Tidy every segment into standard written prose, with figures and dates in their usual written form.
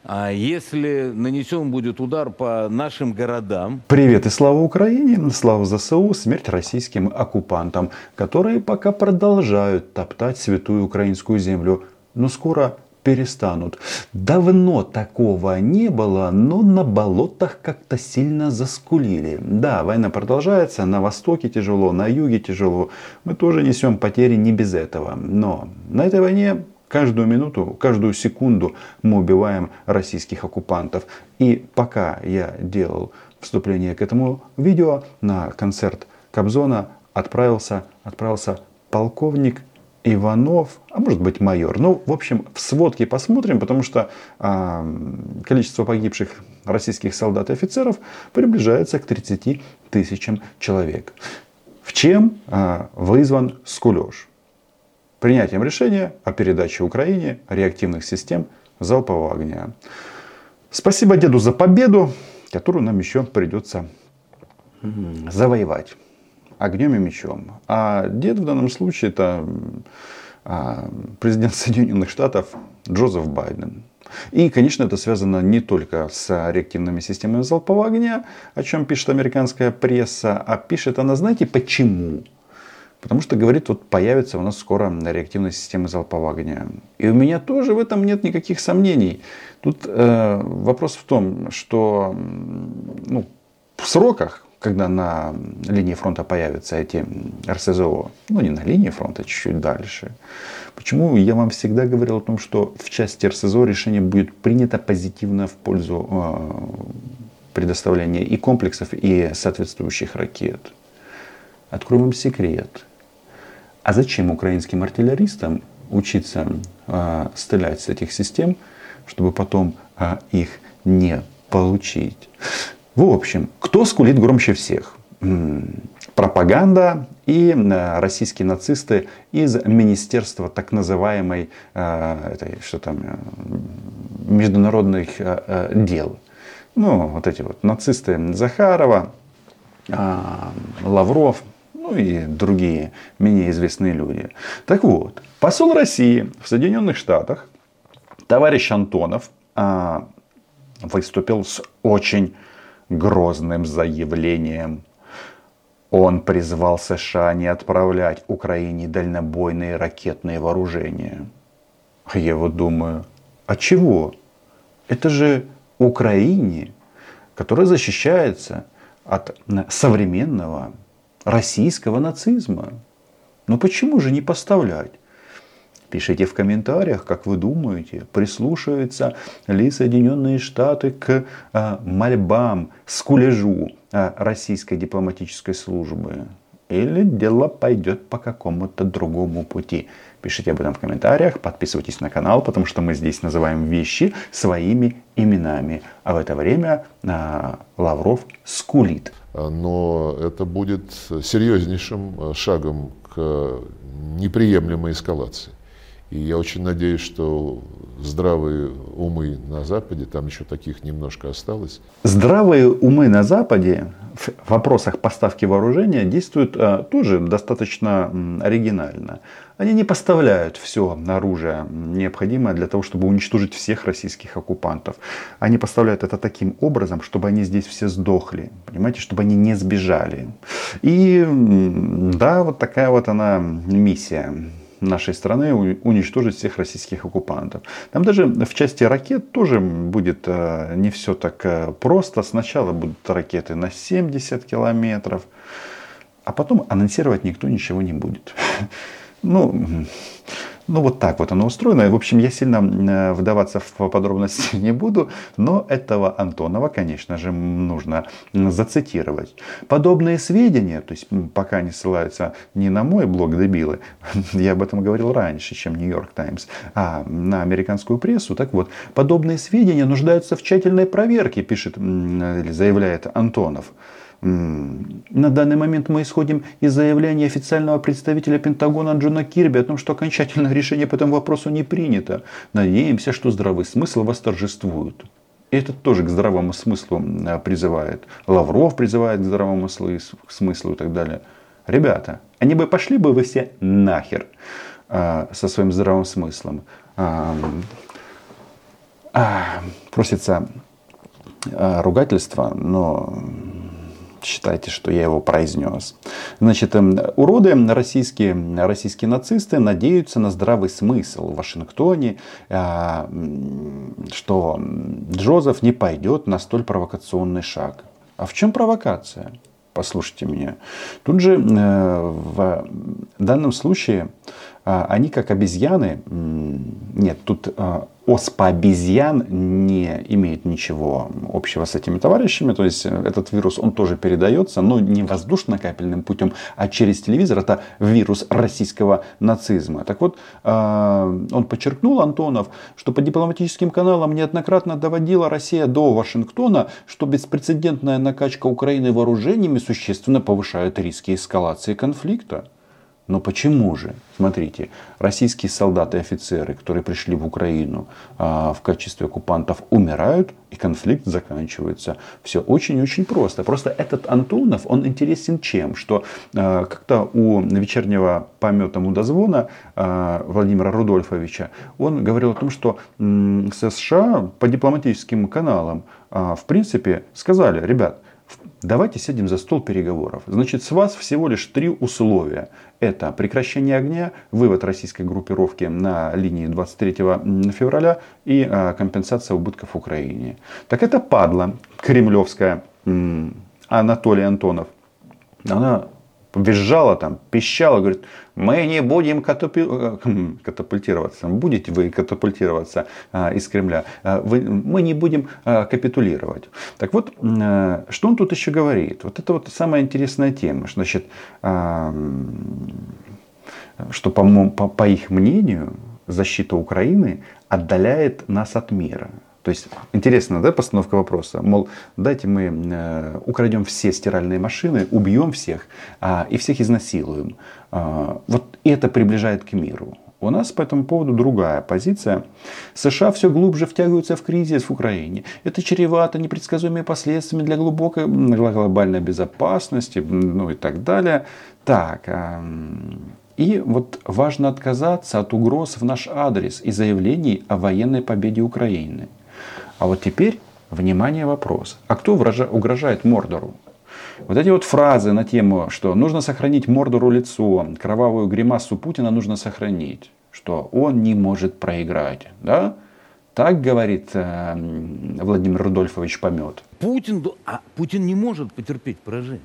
А если нанесен будет удар по нашим городам? Привет и слава Украине, слава ЗСУ, смерть российским оккупантам, которые пока продолжают топтать святую украинскую землю, но скоро перестанут. Давно такого не было, но на болотах как-то сильно заскулили. Да, война продолжается, на востоке тяжело, на юге тяжело. Мы тоже несем потери не без этого. Но на этой войне каждую минуту, каждую секунду мы убиваем российских оккупантов. И пока я делал вступление к этому видео, на концерт Кобзона отправился полковник Иванов, а может быть майор. Ну, в общем, в сводке посмотрим, потому что количество погибших российских солдат и офицеров приближается к 30 тысячам человек. В чем вызван скулеж? Принятием решения о передаче Украине реактивных систем залпового огня. Спасибо деду за победу, которую нам еще придется завоевать огнем и мечом. А дед в данном случае это президент Соединенных Штатов Джозеф Байден. И, конечно, это связано не только с реактивными системами залпового огня, о чем пишет американская пресса, а пишет она, знаете, почему? Потому что, говорит, вот появится у нас скоро реактивная система залпового огня. И у меня тоже в этом нет никаких сомнений. Тут вопрос в том, что в сроках, когда на линии фронта появятся эти РСЗО, не на линии фронта, чуть-чуть дальше. Почему я вам всегда говорил о том, что в части РСЗО решение будет принято позитивно в пользу предоставления и комплексов, и соответствующих ракет? Открою вам секрет. А зачем украинским артиллеристам учиться стрелять с этих систем, чтобы потом их не получить? В общем, кто скулит громче всех? Пропаганда и российские нацисты из Министерства так называемой международных дел. Вот эти вот нацисты Захарова, Лавров, и другие менее известные люди. Так вот, посол России в Соединенных Штатах, товарищ Антонов, выступил с очень грозным заявлением. Он призвал США не отправлять Украине дальнобойные ракетные вооружения. А я вот думаю, а чего? Это же Украине, которая защищается от современного российского нацизма. Почему же не поставлять? Пишите в комментариях, как вы думаете, прислушиваются ли Соединенные Штаты к мольбам, скулежу российской дипломатической службы? Или дело пойдет по какому-то другому пути? Пишите об этом в комментариях, подписывайтесь на канал, потому что мы здесь называем вещи своими именами. А в это время Лавров скулит. Но это будет серьезнейшим шагом к неприемлемой эскалации. И я очень надеюсь, что здравые умы на Западе, там еще таких немножко осталось. Здравые умы на Западе в вопросах поставки вооружения действуют тоже достаточно оригинально. Они не поставляют все оружие, необходимое для того, чтобы уничтожить всех российских оккупантов. Они поставляют это таким образом, чтобы они здесь все сдохли. Понимаете, чтобы они не сбежали. И да, вот такая вот она миссия нашей страны — уничтожить всех российских оккупантов. Там даже в части ракет тоже будет не все так просто. Сначала будут ракеты на 70 километров, а потом анонсировать никто ничего не будет. Вот так вот оно устроено. В общем, я сильно вдаваться в подробности не буду, но этого Антонова, конечно же, нужно зацитировать. Подобные сведения, то есть пока они ссылаются не на мой блог «Дебилы», я об этом говорил раньше, чем Нью-Йорк Таймс, а на американскую прессу. Так вот, подобные сведения нуждаются в тщательной проверке, пишет или заявляет Антонов. На данный момент мы исходим из заявления официального представителя Пентагона Джона Кирби о том, что окончательное решение по этому вопросу не принято. Надеемся, что здравый смысл восторжествует. И это тоже к здравому смыслу призывает. Лавров призывает к здравому смыслу и так далее. Ребята, они бы пошли бы вы все нахер со своим здравым смыслом. Просится ругательство, но считайте, что я его произнес. Значит, уроды, российские нацисты надеются на здравый смысл в Вашингтоне, что Джозеф не пойдет на столь провокационный шаг. А в чем провокация? Послушайте меня. Тут же в данном случае они как обезьяны, нет, тут оспа обезьян не имеет ничего общего с этими товарищами. То есть этот вирус, он тоже передается, но не воздушно-капельным путем, а через телевизор. Это вирус российского нацизма. Так вот, он подчеркнул, Антонов, что по дипломатическим каналам неоднократно доводила Россия до Вашингтона, что беспрецедентная накачка Украины вооружениями существенно повышает риски эскалации конфликта. Но почему же? Смотрите, российские солдаты и офицеры, которые пришли в Украину в качестве оккупантов, умирают, и конфликт заканчивается. Все очень-очень просто. Просто этот Антонов, он интересен чем? Что как-то у вечернего помета мудозвона Владимира Рудольфовича, он говорил о том, что США по дипломатическим каналам, в принципе, сказали: ребят, давайте сядем за стол переговоров. Значит, с вас всего лишь 3 условия. Это прекращение огня, вывод российской группировки на линии 23 февраля и компенсация убытков Украине. Так это падла кремлевская Анатолий Антонов. Она визжала там, пищала, говорит: мы не будем катапультироваться. Будете вы катапультироваться из Кремля. Мы не будем капитулировать. Так вот, что он тут еще говорит? Вот это вот самая интересная тема. Значит, что по их мнению защита Украины отдаляет нас от мира. То есть, интересно, да, постановка вопроса? Мол, дайте мы украдем все стиральные машины, убьем всех и всех изнасилуем. Вот это приближает к миру. У нас по этому поводу другая позиция. США все глубже втягиваются в кризис в Украине. Это чревато непредсказуемыми последствиями для глубокой глобальной безопасности, ну и так далее. Так, и вот важно отказаться от угроз в наш адрес и заявлений о военной победе Украины. А вот теперь, внимание, вопрос. А кто угрожает Мордору? Вот эти вот фразы на тему, что нужно сохранить Мордору лицо, кровавую гримасу Путина нужно сохранить, что он не может проиграть. Да? Так говорит Владимир Рудольфович Помет. Путин не может потерпеть поражение.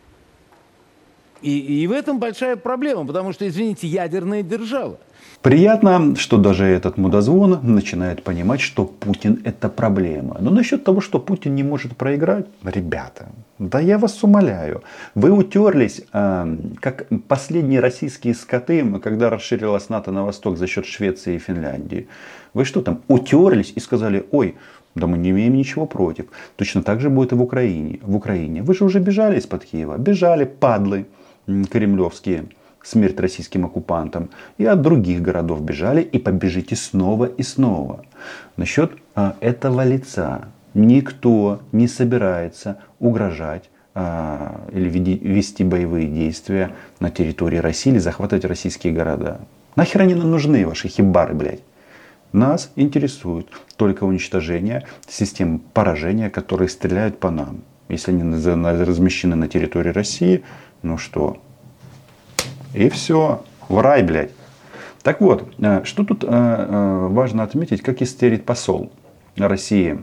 И в этом большая проблема, потому что, извините, ядерная держава. Приятно, что даже этот мудозвон начинает понимать, что Путин это проблема. Но насчет того, что Путин не может проиграть, ребята, да я вас умоляю. Вы утерлись, как последние российские скоты, когда расширилась НАТО на восток за счет Швеции и Финляндии. Вы что там, утерлись и сказали: ой, да мы не имеем ничего против. Точно так же будет и в Украине. Вы же уже бежали из-под Киева. Бежали, падлы кремлевские. Смерть российским оккупантам. И от других городов бежали. И побежите снова и снова. Насчет этого лица. Никто не собирается угрожать или вести боевые действия на территории России или захватывать российские города. Нахер они нам нужны, ваши хибары, блядь? Нас интересует только уничтожение систем поражения, которые стреляют по нам. Если они размещены на территории России, ну что? И все. В рай, блядь. Так вот, что тут важно отметить, как истерит посол России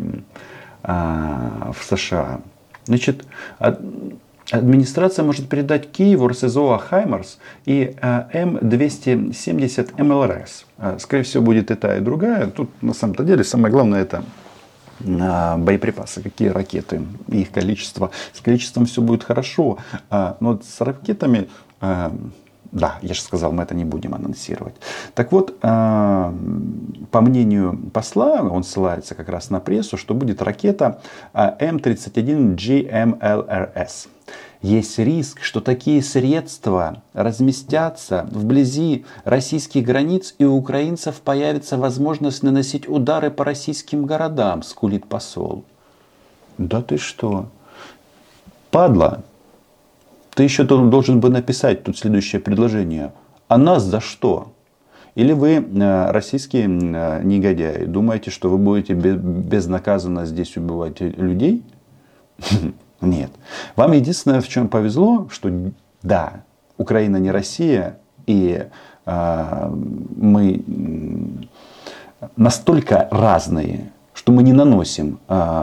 в США. Значит, администрация может передать Киеву РСЗО «Хаймарс» и М270 МЛРС. Скорее всего, будет и та, и другая. Тут на самом-то деле самое главное это боеприпасы, какие ракеты, их количество. С количеством все будет хорошо, но с ракетами, да, я же сказал, мы это не будем анонсировать. Так вот, по мнению посла, он ссылается как раз на прессу, что будет ракета М31 GMLRS. Есть риск, что такие средства разместятся вблизи российских границ, и у украинцев появится возможность наносить удары по российским городам, скулит посол. Да ты что? Падла, ты еще должен бы написать тут следующее предложение. А нас за что? Или вы, российские негодяи, думаете, что вы будете безнаказанно здесь убивать людей? Нет. Вам единственное, в чем повезло, что да, Украина не Россия, и мы настолько разные, что мы не наносим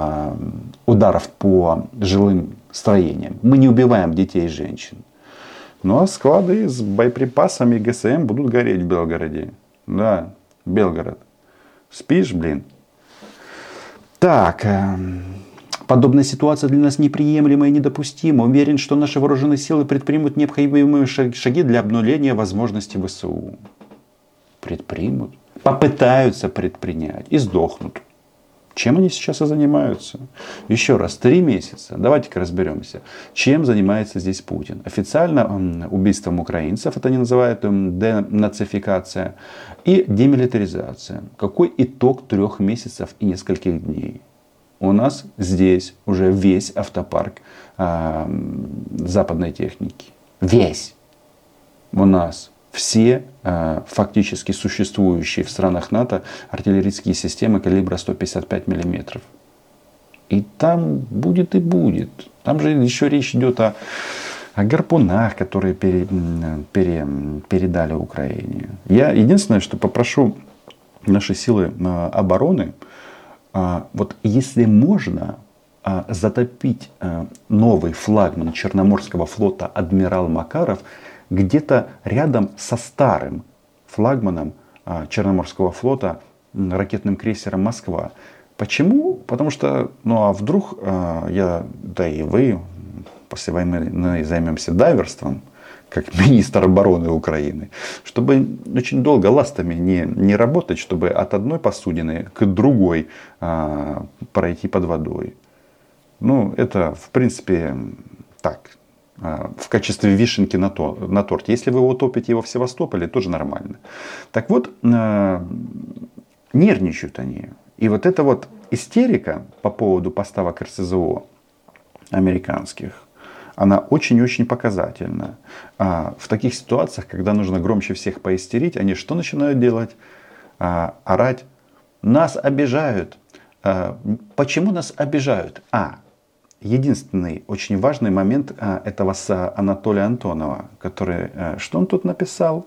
ударов по жилым строениям. Мы не убиваем детей и женщин. Ну а склады с боеприпасами ГСМ будут гореть в Белгороде. Да, Белгород. Спишь, блин? Так, подобная ситуация для нас неприемлема и недопустима. Уверен, что наши вооруженные силы предпримут необходимые шаги для обнуления возможностей ВСУ. Предпримут. Попытаются предпринять и сдохнут. Чем они сейчас и занимаются? Еще раз, 3 месяца. Давайте-ка разберемся. Чем занимается здесь Путин? Официально убийством украинцев, это они называют денацификация, и демилитаризация. Какой итог 3 месяцев и нескольких дней? У нас здесь уже весь автопарк западной техники. Весь. У нас все фактически существующие в странах НАТО артиллерийские системы калибра 155 мм. И там будет и будет. Там же еще речь идет о гарпунах, которые передали Украине. Я единственное, что попрошу наши силы обороны, вот если можно затопить новый флагман Черноморского флота адмирал Макаров где-то рядом со старым флагманом Черноморского флота ракетным крейсером «Москва». Почему? Потому что, ну а вдруг я, да и вы, после войны займемся дайверством, как министр обороны Украины, чтобы очень долго ластами не работать, чтобы от одной посудины к другой пройти под водой. Ну, это, в принципе, так, в качестве вишенки на торте. Если вы утопите его в Севастополе, тоже нормально. Так вот, нервничают они. И вот эта вот истерика по поводу поставок РСЗО американских, она очень-очень показательна. В таких ситуациях, когда нужно громче всех поистерить, они что начинают делать? Орать. Нас обижают. Почему нас обижают? Единственный очень важный момент этого с Анатолия Антонова, который, что он тут написал?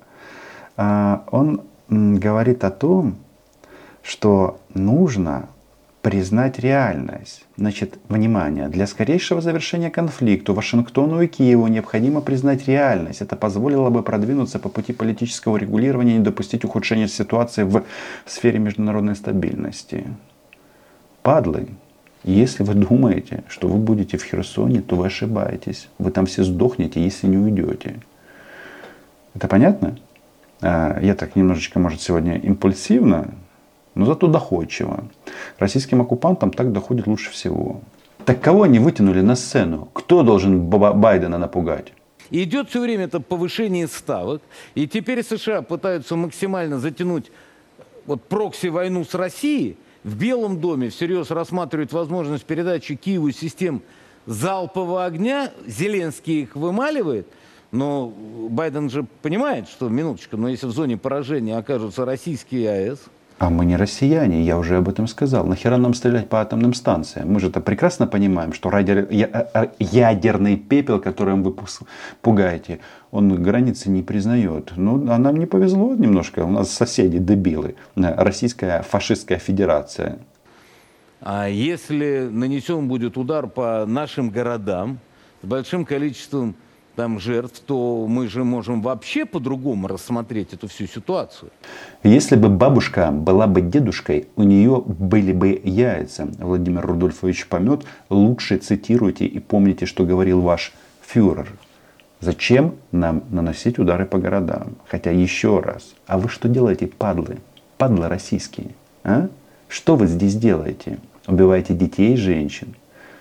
Он говорит о том, что нужно признать реальность. Значит, внимание, для скорейшего завершения конфликта Вашингтону и Киеву необходимо признать реальность. Это позволило бы продвинуться по пути политического регулирования и не допустить ухудшения ситуации в сфере международной стабильности. Падлы. Если вы думаете, что вы будете в Херсоне, то вы ошибаетесь. Вы там все сдохнете, если не уйдете. Это понятно? Я так немножечко, может, сегодня импульсивно, но зато доходчиво. Российским оккупантам так доходит лучше всего. Так кого они вытянули на сцену? Кто должен Байдена напугать? И идет все время это повышение ставок. И теперь США пытаются максимально затянуть вот прокси-войну с Россией. В Белом доме всерьез рассматривают возможность передачи Киеву систем залпового огня. Зеленский их вымаливает. Но Байден же понимает, что, минуточку, но если в зоне поражения окажутся российские АЭС... А мы не россияне, я уже об этом сказал. Нахера нам стрелять по атомным станциям? Мы же это прекрасно понимаем, что ядерный пепел, которым вы пугаете, он границы не признает. Ну, а нам не повезло немножко. У нас соседи дебилы. Российская фашистская федерация. А если нанесен будет удар по нашим городам с большим количеством там жертв, то мы же можем вообще по-другому рассмотреть эту всю ситуацию. Если бы бабушка была бы дедушкой, у нее были бы яйца. Владимир Рудольфович Помет, лучше цитируйте и помните, что говорил ваш фюрер. Зачем нам наносить удары по городам? Хотя еще раз, а вы что делаете, падлы? Падлы российские. А? Что вы здесь делаете? Убиваете детей и женщин.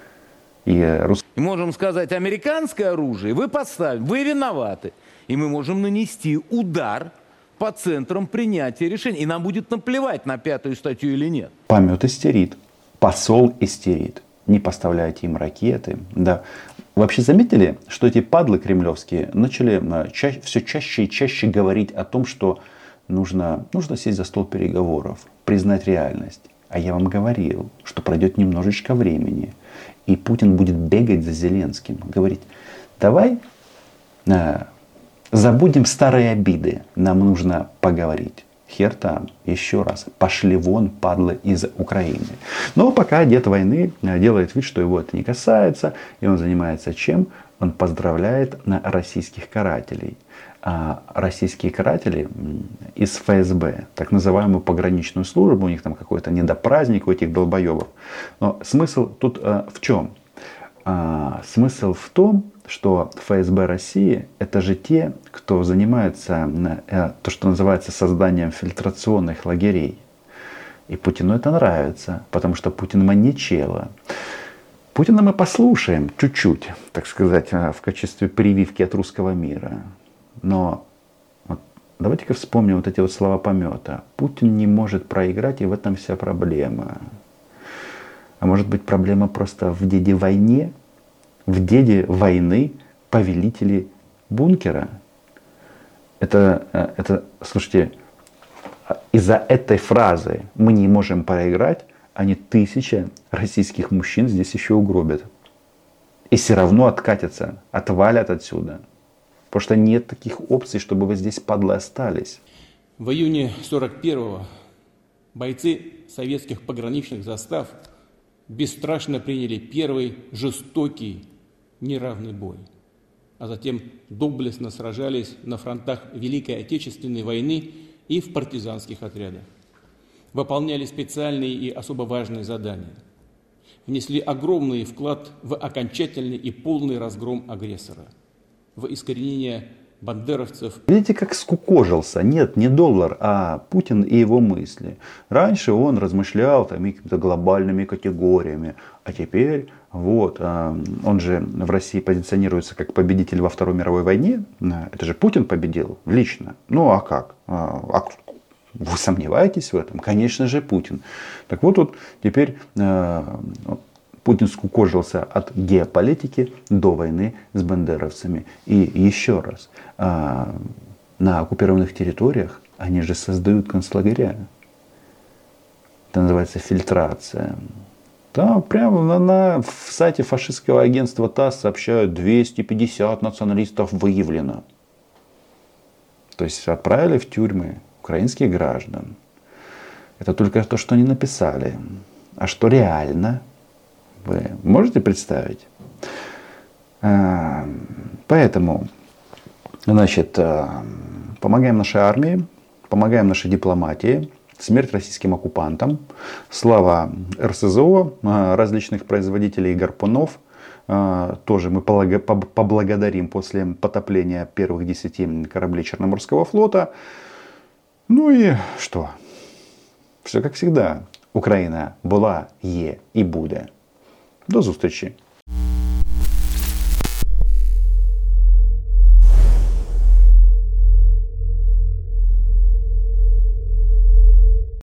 И можем сказать, американское оружие вы подставили, вы виноваты. И мы можем нанести удар по центрам принятия решений. И нам будет наплевать на 5-ю статью или нет. Помет истерит. Посол истерит. Не поставляйте им ракеты. Да. Вообще заметили, что эти падлы кремлевские начали все чаще и чаще говорить о том, что нужно сесть за стол переговоров, признать реальность. А я вам говорил, что пройдет немножечко времени, и Путин будет бегать за Зеленским, говорить: давай забудем старые обиды, нам нужно поговорить. Хер там, еще раз, пошли вон, падлы, из Украины. Но пока дед войны делает вид, что его это не касается, и он занимается чем? Он поздравляет российских карателей. А российские каратели из ФСБ, так называемую пограничную службу, у них там какой-то недопраздник у этих долбоебов. Но смысл тут в чем? Смысл в том, что ФСБ России — это же те, кто занимается то, что называется созданием фильтрационных лагерей. И Путину это нравится, потому что Путин маньячело. Путина мы послушаем чуть-чуть, так сказать, в качестве прививки от русского мира. Но вот давайте-ка вспомним вот эти вот слова помета. Путин не может проиграть, и в этом вся проблема. А может быть, проблема просто в деде войне? В деде войны, повелителе бункера? Это, слушайте, из-за этой фразы мы не можем проиграть, они 1000 российских мужчин здесь еще угробят. И все равно откатятся, отвалят отсюда. Потому что нет таких опций, чтобы вы здесь, падлы, остались. В июне 41-го бойцы советских пограничных застав бесстрашно приняли первый жестокий неравный бой, а затем доблестно сражались на фронтах Великой Отечественной войны и в партизанских отрядах. Выполняли специальные и особо важные задания. Внесли огромный вклад в окончательный и полный разгром агрессора, в искоренение бандеровцев. Видите, как скукожился? Нет, не доллар, а Путин и его мысли. Раньше он размышлял там какими-то глобальными категориями, а теперь вот, он же в России позиционируется как победитель во Второй мировой войне. Это же Путин победил лично. Ну а как? Вы сомневаетесь в этом? Конечно же, Путин. Так вот, теперь Путин скукожился от геополитики до войны с бандеровцами. И еще раз, на оккупированных территориях они же создают концлагеря. Это называется фильтрация. Там прямо на сайте фашистского агентства ТАСС сообщают: 250 националистов выявлено. То есть отправили в тюрьмы украинских граждан. Это только то, что они написали. А что реально? Вы можете представить? Поэтому, значит, помогаем нашей армии, помогаем нашей дипломатии. Смерть российским оккупантам. Слава РСЗО, различных производителей гарпунов. Тоже мы поблагодарим после потопления первых 10 кораблей Черноморского флота. Ну и что? Все как всегда. Україна була, є і буде. До зустрічі!